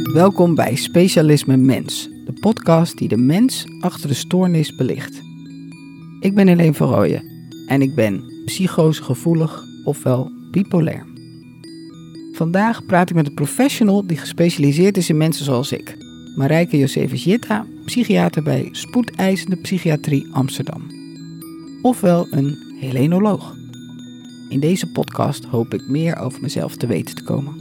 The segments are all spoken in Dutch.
Welkom bij Specialisme Mens, de podcast die de mens achter de stoornis belicht. Ik ben Helene van Rooyen en ik ben psychose gevoelig, ofwel bipolair. Vandaag praat ik met een professional die gespecialiseerd is in mensen zoals ik. Marijke Josephus-Jitta, psychiater bij Spoedeisende Psychiatrie Amsterdam. Ofwel een helenoloog. In deze podcast hoop ik meer over mezelf te weten te komen.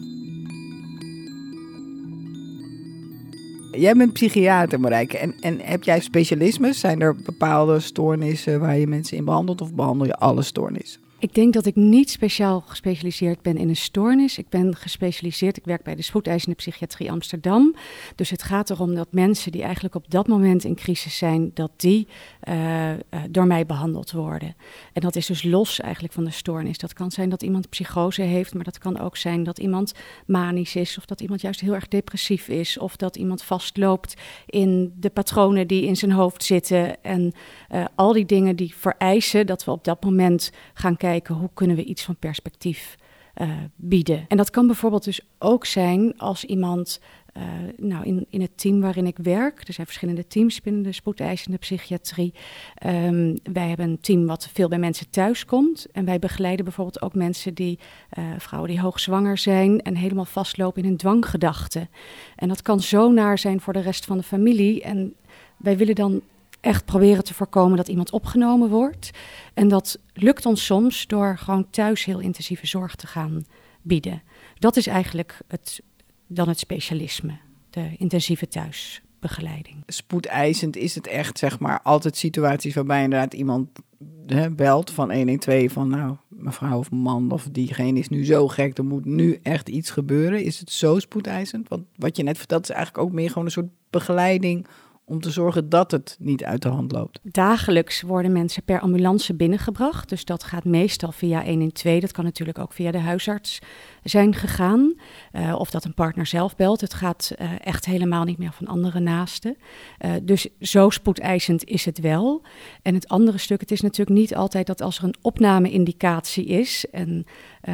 Jij bent psychiater, Marijke. En heb jij specialismes? Zijn er bepaalde stoornissen waar je mensen in behandelt of behandel je alle stoornissen? Ik denk dat ik niet speciaal gespecialiseerd ben in een stoornis. Ik ben gespecialiseerd, ik werk bij de Spoedeisende Psychiatrie Amsterdam. Dus het gaat erom dat mensen die eigenlijk op dat moment in crisis zijn, dat die door mij behandeld worden. En dat is dus los eigenlijk van de stoornis. Dat kan zijn dat iemand psychose heeft, maar dat kan ook zijn dat iemand manisch is, of dat iemand juist heel erg depressief is, of dat iemand vastloopt in de patronen die in zijn hoofd zitten. En al die dingen die vereisen dat we op dat moment gaan kijken hoe kunnen we iets van perspectief bieden. En dat kan bijvoorbeeld dus ook zijn als iemand in het team waarin ik werk. Er zijn verschillende teams binnen de spoedeisende psychiatrie. Wij hebben een team wat veel bij mensen thuis komt. En wij begeleiden bijvoorbeeld ook mensen vrouwen die hoogzwanger zijn en helemaal vastlopen in een dwanggedachte. En dat kan zo naar zijn voor de rest van de familie. En wij willen dan echt proberen te voorkomen dat iemand opgenomen wordt. En dat lukt ons soms door gewoon thuis heel intensieve zorg te gaan bieden. Dat is eigenlijk het specialisme, de intensieve thuisbegeleiding. Spoedeisend is het echt, zeg maar, altijd situaties waarbij inderdaad iemand belt van 112 van mevrouw of man of diegene is nu zo gek, er moet nu echt iets gebeuren. Is het zo spoedeisend? Want wat je net vertelt is eigenlijk ook meer gewoon een soort begeleiding om te zorgen dat het niet uit de hand loopt. Dagelijks worden mensen per ambulance binnengebracht. Dus dat gaat meestal via 112. Dat kan natuurlijk ook via de huisarts zijn gegaan. Of dat een partner zelf belt. Het gaat echt helemaal niet meer van andere naasten. Dus zo spoedeisend is het wel. En het andere stuk, het is natuurlijk niet altijd dat als er een opname-indicatie is en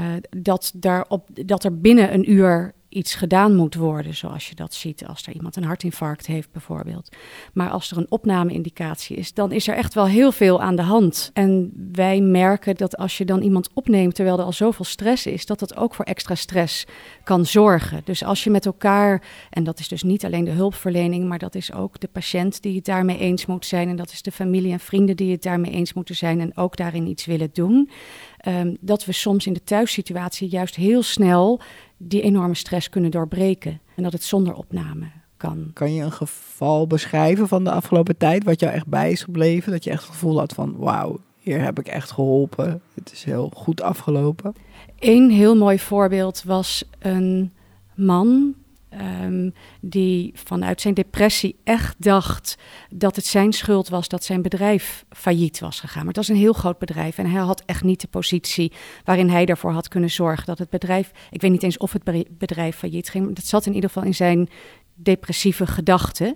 dat er binnen een uur iets gedaan moet worden, zoals je dat ziet als er iemand een hartinfarct heeft bijvoorbeeld. Maar als er een opname-indicatie is, dan is er echt wel heel veel aan de hand. En wij merken dat als je dan iemand opneemt terwijl er al zoveel stress is, dat dat ook voor extra stress kan zorgen. Dus als je met elkaar, en dat is dus niet alleen de hulpverlening, maar dat is ook de patiënt die het daarmee eens moet zijn en dat is de familie en vrienden die het daarmee eens moeten zijn en ook daarin iets willen doen. Dat we soms in de thuissituatie juist heel snel die enorme stress kunnen doorbreken. En dat het zonder opname kan. Kan je een geval beschrijven van de afgelopen tijd, wat jou echt bij is gebleven? Dat je echt het gevoel had van, wauw, hier heb ik echt geholpen. Het is heel goed afgelopen. Eén heel mooi voorbeeld was een man die vanuit zijn depressie echt dacht dat het zijn schuld was dat zijn bedrijf failliet was gegaan. Maar het was een heel groot bedrijf en hij had echt niet de positie waarin hij ervoor had kunnen zorgen dat het bedrijf, ik weet niet eens of het bedrijf failliet ging, maar dat zat in ieder geval in zijn depressieve gedachten.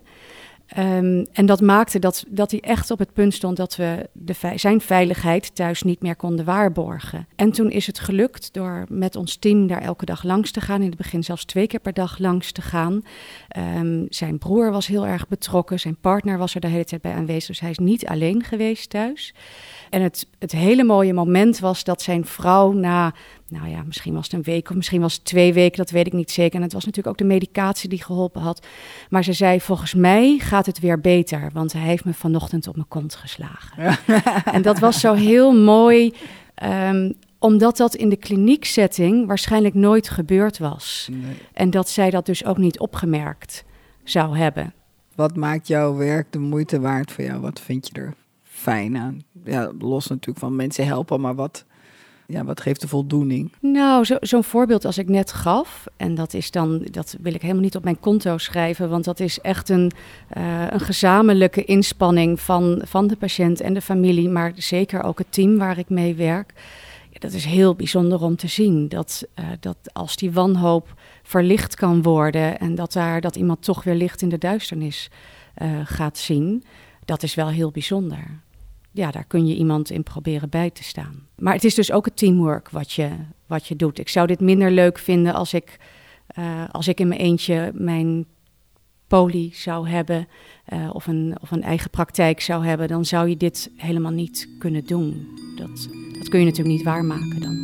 En dat maakte dat hij echt op het punt stond dat we zijn veiligheid thuis niet meer konden waarborgen. En toen is het gelukt door met ons team daar elke dag langs te gaan. In het begin zelfs 2 keer per dag langs te gaan. Zijn broer was heel erg betrokken. Zijn partner was er de hele tijd bij aanwezig. Dus hij is niet alleen geweest thuis. En het hele mooie moment was dat zijn vrouw misschien was het een week of misschien was het 2 weken, dat weet ik niet zeker. En het was natuurlijk ook de medicatie die geholpen had. Maar ze zei, volgens mij gaat het weer beter, want hij heeft me vanochtend op mijn kont geslagen. Ja. En dat was zo heel mooi, omdat dat in de klinieksetting waarschijnlijk nooit gebeurd was. Nee. En dat zij dat dus ook niet opgemerkt zou hebben. Wat maakt jouw werk de moeite waard voor jou? Wat vind je er fijn aan? Ja, los natuurlijk van mensen helpen, maar wat geeft de voldoening? Nou, zo'n voorbeeld als ik net gaf, en dat wil ik helemaal niet op mijn konto schrijven, want dat is echt een gezamenlijke inspanning van de patiënt en de familie, maar zeker ook het team waar ik mee werk. Ja, dat is heel bijzonder om te zien, dat als die wanhoop verlicht kan worden en dat iemand toch weer licht in de duisternis gaat zien, dat is wel heel bijzonder. Ja, daar kun je iemand in proberen bij te staan. Maar het is dus ook het teamwork wat je doet. Ik zou dit minder leuk vinden als ik Als ik in mijn eentje mijn poli zou hebben of een eigen praktijk zou hebben, dan zou je dit helemaal niet kunnen doen. Dat kun je natuurlijk niet waarmaken dan.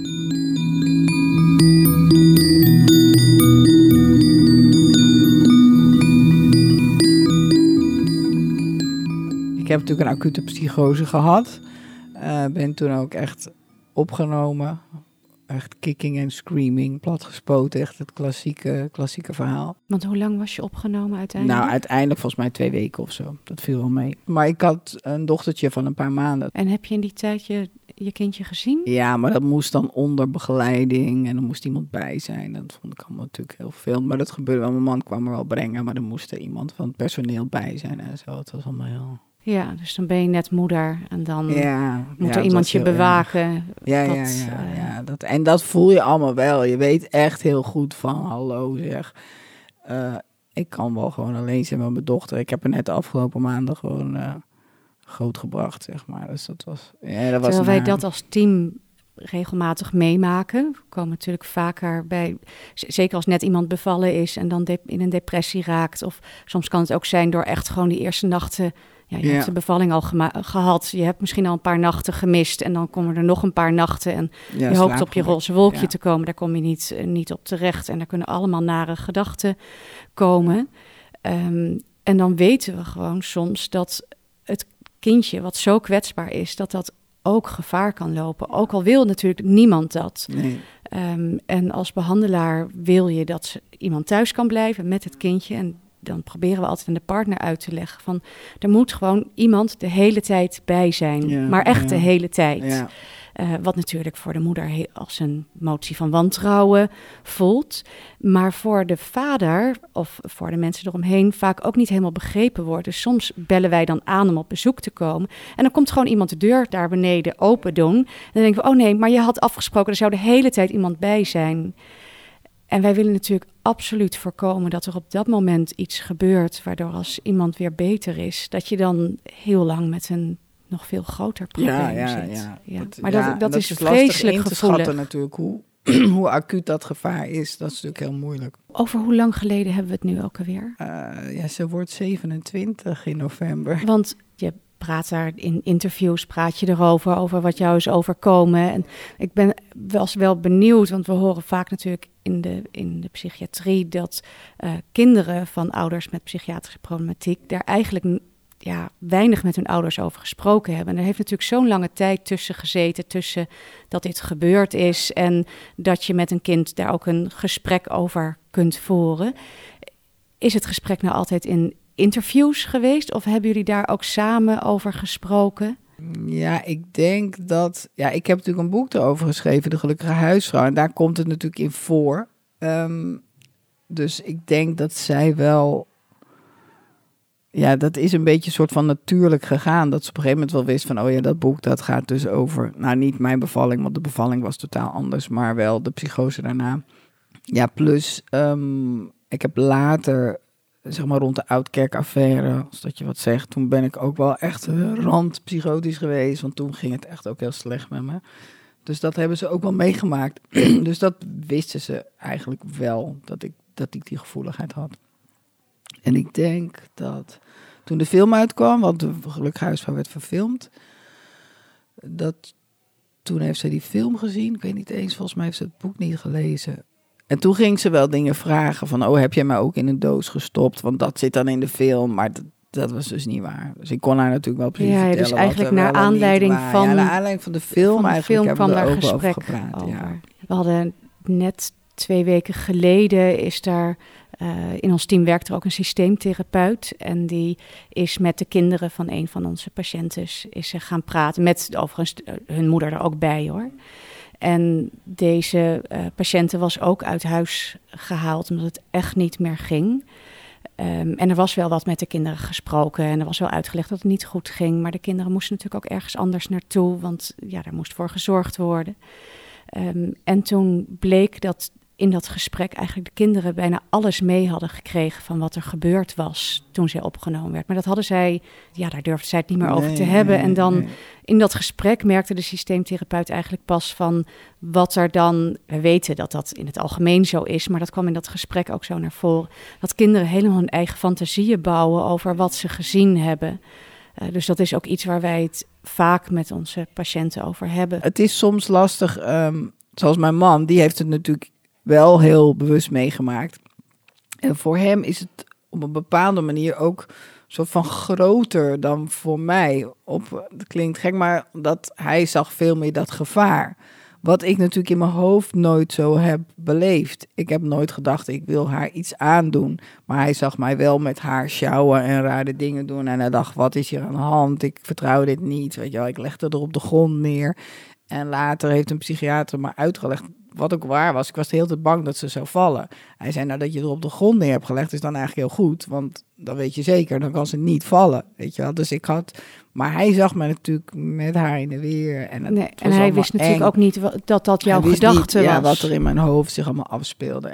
Ik heb natuurlijk een acute psychose gehad. Ben toen ook echt opgenomen. Echt kicking en screaming, platgespoten. Echt het klassieke verhaal. Want hoe lang was je opgenomen uiteindelijk? Nou, uiteindelijk volgens mij 2 weken of zo. Dat viel wel mee. Maar ik had een dochtertje van een paar maanden. En heb je in die tijd je kindje gezien? Ja, maar dat moest dan onder begeleiding. En er moest iemand bij zijn. Dat vond ik allemaal natuurlijk heel veel. Maar dat gebeurde wel. Mijn man kwam er wel brengen. Maar er moest er iemand van het personeel bij zijn en zo. Het was allemaal heel... Ja, dus dan ben je net moeder en dan moet er iemand je bewaken. En dat voel je allemaal wel. Je weet echt heel goed van, hallo zeg. Ik kan wel gewoon alleen zijn met mijn dochter. Ik heb haar net de afgelopen maanden gewoon grootgebracht, zeg maar. Dus dat was... Ja, dat Terwijl wij dat als team regelmatig meemaken. We komen natuurlijk vaker bij, zeker als net iemand bevallen is en dan in een depressie raakt. Of soms kan het ook zijn door echt gewoon die eerste nachten... Ja, je hebt de bevalling al gehad. Je hebt misschien al een paar nachten gemist. En dan komen er nog een paar nachten. En je hoopt op je roze wolkje te komen. Daar kom je niet op terecht. En daar kunnen allemaal nare gedachten komen. En dan weten we gewoon soms dat het kindje wat zo kwetsbaar is... dat ook gevaar kan lopen. Ook al wil natuurlijk niemand dat. Nee. En als behandelaar wil je dat iemand thuis kan blijven met het kindje... En dan proberen we altijd aan de partner uit te leggen van... er moet gewoon iemand de hele tijd bij zijn. Maar echt de hele tijd. Ja. Wat natuurlijk voor de moeder als een motie van wantrouwen voelt. Maar voor de vader of voor de mensen eromheen vaak ook niet helemaal begrepen wordt. Dus soms bellen wij dan aan om op bezoek te komen. En dan komt gewoon iemand de deur daar beneden open doen. En dan denken we, oh nee, maar je had afgesproken... er zou de hele tijd iemand bij zijn... En wij willen natuurlijk absoluut voorkomen dat er op dat moment iets gebeurt... waardoor als iemand weer beter is, dat je dan heel lang met een nog veel groter probleem zit. Ja. Maar dat is vreselijk in te schatten natuurlijk hoe acuut dat gevaar is. Dat is natuurlijk heel moeilijk. Over hoe lang geleden hebben we het nu ook alweer? Ze wordt 27 in november. Want je praat daar in interviews, praat je erover, over wat jou is overkomen. En ik was wel benieuwd, want we horen vaak natuurlijk in de psychiatrie dat kinderen van ouders met psychiatrische problematiek daar eigenlijk weinig met hun ouders over gesproken hebben. En er heeft natuurlijk zo'n lange tijd tussen gezeten, tussen dat dit gebeurd is en dat je met een kind daar ook een gesprek over kunt voeren. Is het gesprek nou altijd in interviews geweest? Of hebben jullie daar ook samen over gesproken? Ja, ik denk dat... Ja, ik heb natuurlijk een boek erover geschreven, De Gelukkige Huisvrouw. En daar komt het natuurlijk in voor. Dus ik denk dat zij wel... Ja, dat is een beetje een soort van natuurlijk gegaan. Dat ze op een gegeven moment wel wist van... oh ja, dat boek dat gaat dus over... Nou, niet mijn bevalling, want de bevalling was totaal anders. Maar wel de psychose daarna. Ja, plus... ik heb later... zeg maar rond de Oudkerk-affaire, als dat je wat zegt. Toen ben ik ook wel echt randpsychotisch geweest. Want toen ging het echt ook heel slecht met me. Dus dat hebben ze ook wel meegemaakt. Dus dat wisten ze eigenlijk wel, dat ik die gevoeligheid had. En ik denk dat toen de film uitkwam, want de Gelukkige Huisvrouw werd verfilmd, dat toen heeft ze die film gezien. Ik weet niet eens, volgens mij heeft ze het boek niet gelezen. En toen ging ze wel dingen vragen van... oh, heb jij mij ook in een doos gestopt? Want dat zit dan in de film, maar dat was dus niet waar. Dus ik kon haar natuurlijk wel precies vertellen... dus eigenlijk naar aanleiding van... Ja, naar aanleiding van de film eigenlijk kwam daar ook gesprek over gepraat. over. Ja. We hadden net 2 weken geleden is daar... in ons team werkt er ook een systeemtherapeut. En die is met de kinderen van een van onze patiënten is ze gaan praten. Met overigens hun moeder er ook bij, hoor. En deze patiënte was ook uit huis gehaald omdat het echt niet meer ging. En er was wel wat met de kinderen gesproken en er was wel uitgelegd dat het niet goed ging. Maar de kinderen moesten natuurlijk ook ergens anders naartoe, want ja, daar moest voor gezorgd worden. En toen bleek dat in dat gesprek eigenlijk de kinderen bijna alles mee hadden gekregen van wat er gebeurd was toen zij opgenomen werd. Maar dat hadden zij, daar durfde zij het niet meer over te hebben. En dan in dat gesprek merkte de systeemtherapeut eigenlijk pas van wat er dan, we weten dat dat in het algemeen zo is, maar dat kwam in dat gesprek ook zo naar voren, dat kinderen helemaal hun eigen fantasieën bouwen over wat ze gezien hebben. Dus dat is ook iets waar wij het vaak met onze patiënten over hebben. Het is soms lastig, zoals mijn man, die heeft het natuurlijk wel heel bewust meegemaakt. En voor hem is het op een bepaalde manier ook soort van groter dan voor mij. Het klinkt gek, maar dat hij zag veel meer dat gevaar. Wat ik natuurlijk in mijn hoofd nooit zo heb beleefd. Ik heb nooit gedacht, ik wil haar iets aandoen. Maar hij zag mij wel met haar sjouwen en rare dingen doen. En hij dacht, wat is hier aan de hand? Ik vertrouw dit niet. Weet je wel, ik legde er op de grond neer. En later heeft een psychiater me uitgelegd wat ook waar was. Ik was de hele tijd bang dat ze zou vallen. Hij zei, nou dat je er op de grond neer hebt gelegd is dan eigenlijk heel goed. Want dan weet je zeker, dan kan ze niet vallen. Weet je wel, dus maar hij zag me natuurlijk met haar in de weer. En hij wist natuurlijk ook niet dat jouw gedachte was. Ja, wat er in mijn hoofd zich allemaal afspeelde.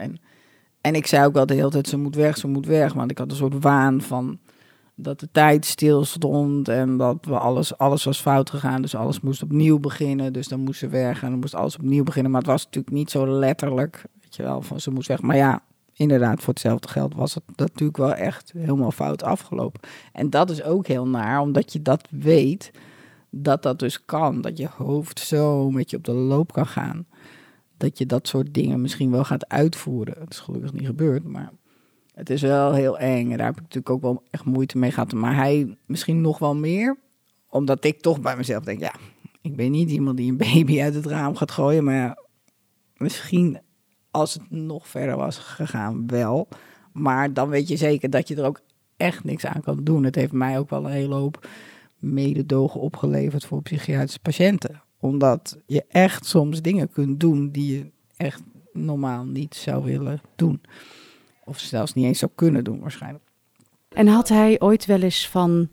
En ik zei ook wel de hele tijd, ze moet weg. Want ik had een soort waan van dat de tijd stil stond en dat we alles was fout gegaan. Dus alles moest opnieuw beginnen. Dus dan moest ze weg en dan moest alles opnieuw beginnen. Maar het was natuurlijk niet zo letterlijk, weet je wel, van ze moest weg. Maar ja, inderdaad, voor hetzelfde geld was het natuurlijk wel echt helemaal fout afgelopen. En dat is ook heel naar, omdat je dat weet, dat dus kan. Dat je hoofd zo met je op de loop kan gaan. Dat je dat soort dingen misschien wel gaat uitvoeren. Het is gelukkig niet gebeurd, maar het is wel heel eng. En daar heb ik natuurlijk ook wel echt moeite mee gehad. Maar hij misschien nog wel meer. Omdat ik toch bij mezelf denk, ja, ik ben niet iemand die een baby uit het raam gaat gooien. Maar misschien als het nog verder was gegaan wel. Maar dan weet je zeker dat je er ook echt niks aan kan doen. Het heeft mij ook wel een hele hoop mededogen opgeleverd voor psychiatrische patiënten. Omdat je echt soms dingen kunt doen die je echt normaal niet zou willen doen. Of zelfs niet eens zou kunnen doen waarschijnlijk. En had hij ooit wel eens van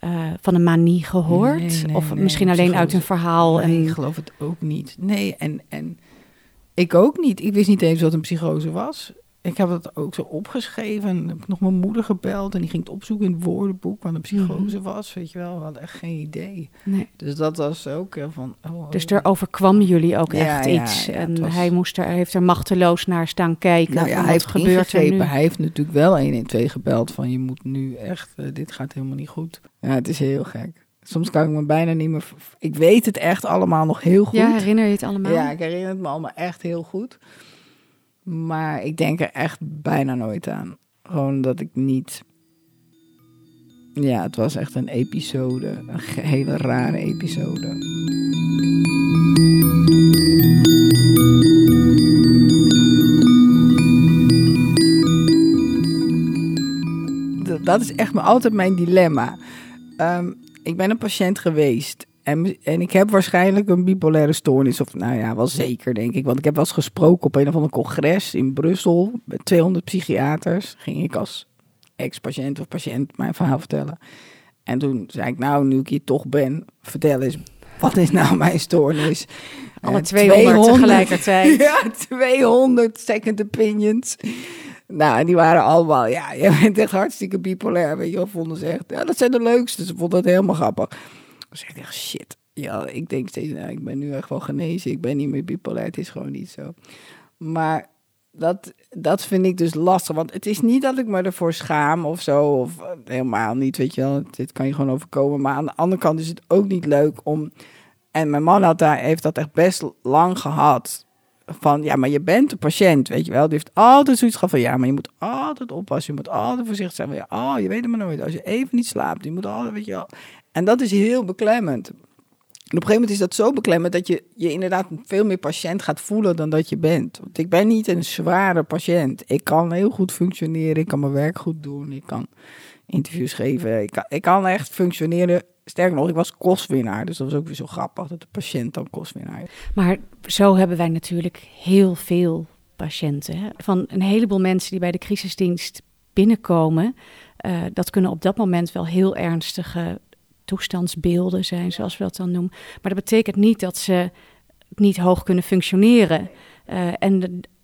een manie gehoord? Nee, of misschien alleen uit een verhaal? Nee, ik geloof het ook niet. Nee, en ik ook niet. Ik wist niet eens wat een psychose was. Ik heb het ook zo opgeschreven. En heb ik nog mijn moeder gebeld. En die ging het opzoeken in het woordenboek wat een psychose was. Weet je wel, we hadden echt geen idee. Nee. Dus dat was ook van... Dus er overkwam jullie ook echt iets. Ja, en hij heeft er machteloos naar staan kijken. Nou ja, hij heeft ingegrepen. Hij heeft natuurlijk wel 112 gebeld van je moet nu echt... dit gaat helemaal niet goed. Ja, het is heel gek. Soms kan ik me bijna niet meer... Ik weet het echt allemaal nog heel goed. Ja, herinner je het allemaal? Ja, ik herinner het me allemaal echt heel goed. Maar ik denk er echt bijna nooit aan. Gewoon dat ik niet... Ja, het was echt een episode. Een hele rare episode. Dat is echt altijd mijn dilemma. Ik ben een patiënt geweest. En ik heb waarschijnlijk een bipolaire stoornis. Of nou ja, wel zeker denk ik. Want ik heb wel eens gesproken op een of ander congres in Brussel. Met 200 psychiaters. Ging ik als ex-patiënt of patiënt mijn verhaal vertellen. En toen zei ik, nou, nu ik hier toch ben, vertel eens, wat is nou mijn stoornis? Alle 200 tegelijkertijd. Ja, 200 second opinions. Nou, en die waren allemaal, ja, je bent echt hartstikke bipolair. Weet je wel, vonden ze echt, ja, dat zijn de leukste. Ze vonden dat helemaal grappig. Dus ik dacht, shit. Ja, ik denk steeds, nou, ik ben nu echt wel genezen. Ik ben niet meer bipolair, het is gewoon niet zo. Maar dat vind ik dus lastig. Want het is niet dat ik me ervoor schaam of zo. Of helemaal niet, weet je wel. Dit kan je gewoon overkomen. Maar aan de andere kant is het ook niet leuk om... En mijn man heeft dat echt best lang gehad. Van, ja, maar je bent een patiënt, weet je wel. Die heeft altijd zoiets gehad van, ja, maar je moet altijd oppassen. Je moet altijd voorzichtig zijn. Ja, oh, je weet het maar nooit. Als je even niet slaapt, je moet altijd, weet je wel. En dat is heel beklemmend. En op een gegeven moment is dat zo beklemmend dat je inderdaad veel meer patiënt gaat voelen dan dat je bent. Want ik ben niet een zware patiënt. Ik kan heel goed functioneren. Ik kan mijn werk goed doen. Ik kan interviews geven. Ik kan echt functioneren. Sterker nog, ik was kostwinnaar. Dus dat was ook weer zo grappig dat de patiënt dan kostwinnaar is. Maar zo hebben wij natuurlijk heel veel patiënten. Hè? Van een heleboel mensen die bij de crisisdienst binnenkomen. Dat kunnen op dat moment wel heel ernstige toestandsbeelden zijn, zoals we dat dan noemen. Maar dat betekent niet dat ze niet hoog kunnen functioneren. En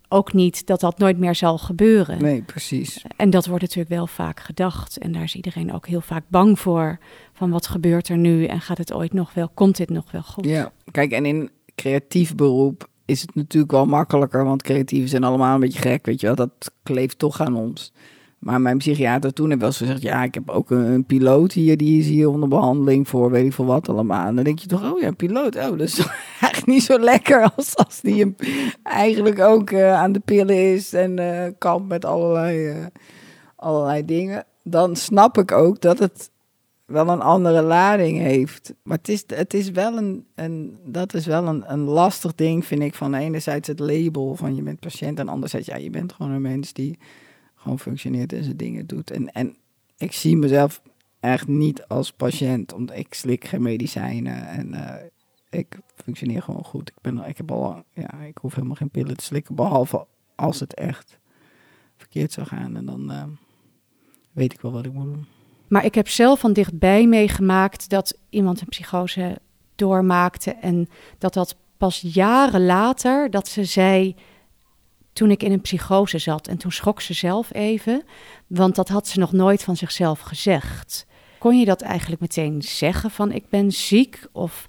ook niet dat dat nooit meer zal gebeuren. Nee, precies. En dat wordt natuurlijk wel vaak gedacht. En daar is iedereen ook heel vaak bang voor. Van wat gebeurt er nu en gaat het ooit nog wel, komt dit nog wel goed? Ja, kijk, en in creatief beroep is het natuurlijk wel makkelijker, want creatieven zijn allemaal een beetje gek, weet je wel. Dat kleeft toch aan ons. Maar mijn psychiater toen heeft wel eens gezegd, ja, ik heb ook een piloot hier, die is hier onder behandeling voor weet ik veel wat allemaal. En dan denk je toch, oh ja, piloot, dat is toch eigenlijk niet zo lekker als die eigenlijk ook aan de pillen is en kampt met allerlei dingen. Dan snap ik ook dat het wel een andere lading heeft. Maar het is wel een lastig ding, vind ik, van enerzijds het label van je bent patiënt en anderzijds, ja, je bent gewoon een mens die gewoon functioneert en zijn dingen doet. En ik zie mezelf echt niet als patiënt, omdat ik slik geen medicijnen en ik functioneer gewoon goed. Ik hoef helemaal geen pillen te slikken, behalve als het echt verkeerd zou gaan. En dan weet ik wel wat ik moet doen. Maar ik heb zelf van dichtbij meegemaakt dat iemand een psychose doormaakte en dat pas jaren later, dat ze zei, toen ik in een psychose zat, en toen schrok ze zelf even, want dat had ze nog nooit van zichzelf gezegd. Kon je dat eigenlijk meteen zeggen van ik ben ziek? Of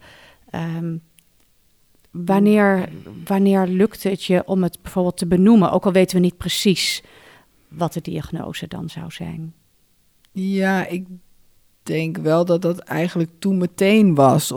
wanneer lukte het je om het bijvoorbeeld te benoemen? Ook al weten we niet precies wat de diagnose dan zou zijn. Ja, ik denk wel dat dat eigenlijk toen meteen was,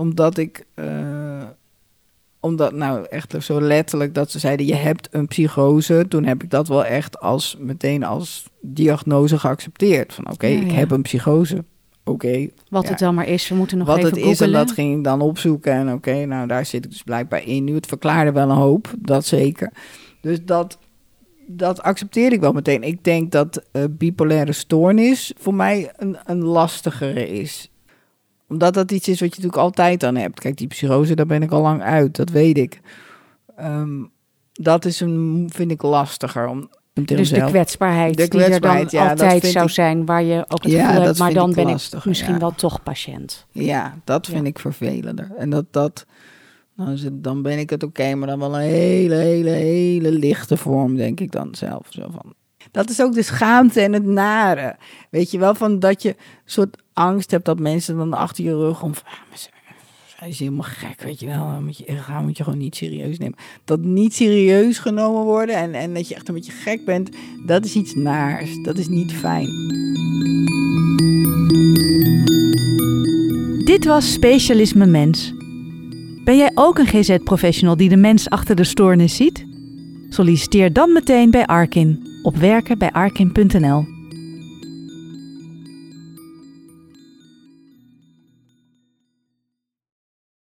omdat nou echt zo letterlijk dat ze zeiden, je hebt een psychose. Toen heb ik dat wel echt meteen als diagnose geaccepteerd. Van oké, ik heb een psychose. Oké. Wat het dan maar is, we moeten nog wat even het googlen. Is en dat ging ik dan opzoeken. En oké, nou daar zit ik dus blijkbaar in nu. Het verklaarde wel een hoop, dat zeker. Dus dat accepteer ik wel meteen. Ik denk dat bipolaire stoornis voor mij een lastigere is. Omdat dat iets is wat je natuurlijk altijd aan hebt. Kijk, die psychose, daar ben ik al lang uit. Dat weet ik. Dat is vind ik lastiger. Dus de kwetsbaarheid die er dan altijd zou zijn, waar je ook het gevoel hebt, maar dan ben ik misschien wel toch patiënt. Ja, dat vind ik vervelender. En dan ben ik het oké, maar dan wel een hele lichte vorm, denk ik dan zelf. Zo van. Dat is ook de schaamte en het nare. Weet je wel, van dat je een soort angst hebt dat mensen dan achter je rug om... Hij is helemaal gek, weet je wel. Moet je gewoon niet serieus nemen. Dat niet serieus genomen worden en dat je echt een beetje gek bent, dat is iets naars. Dat is niet fijn. Dit was Specialisme Mens. Ben jij ook een GZ-professional die de mens achter de stoornis ziet? Solliciteer dan meteen bij Arkin op werkenbijarkin.nl.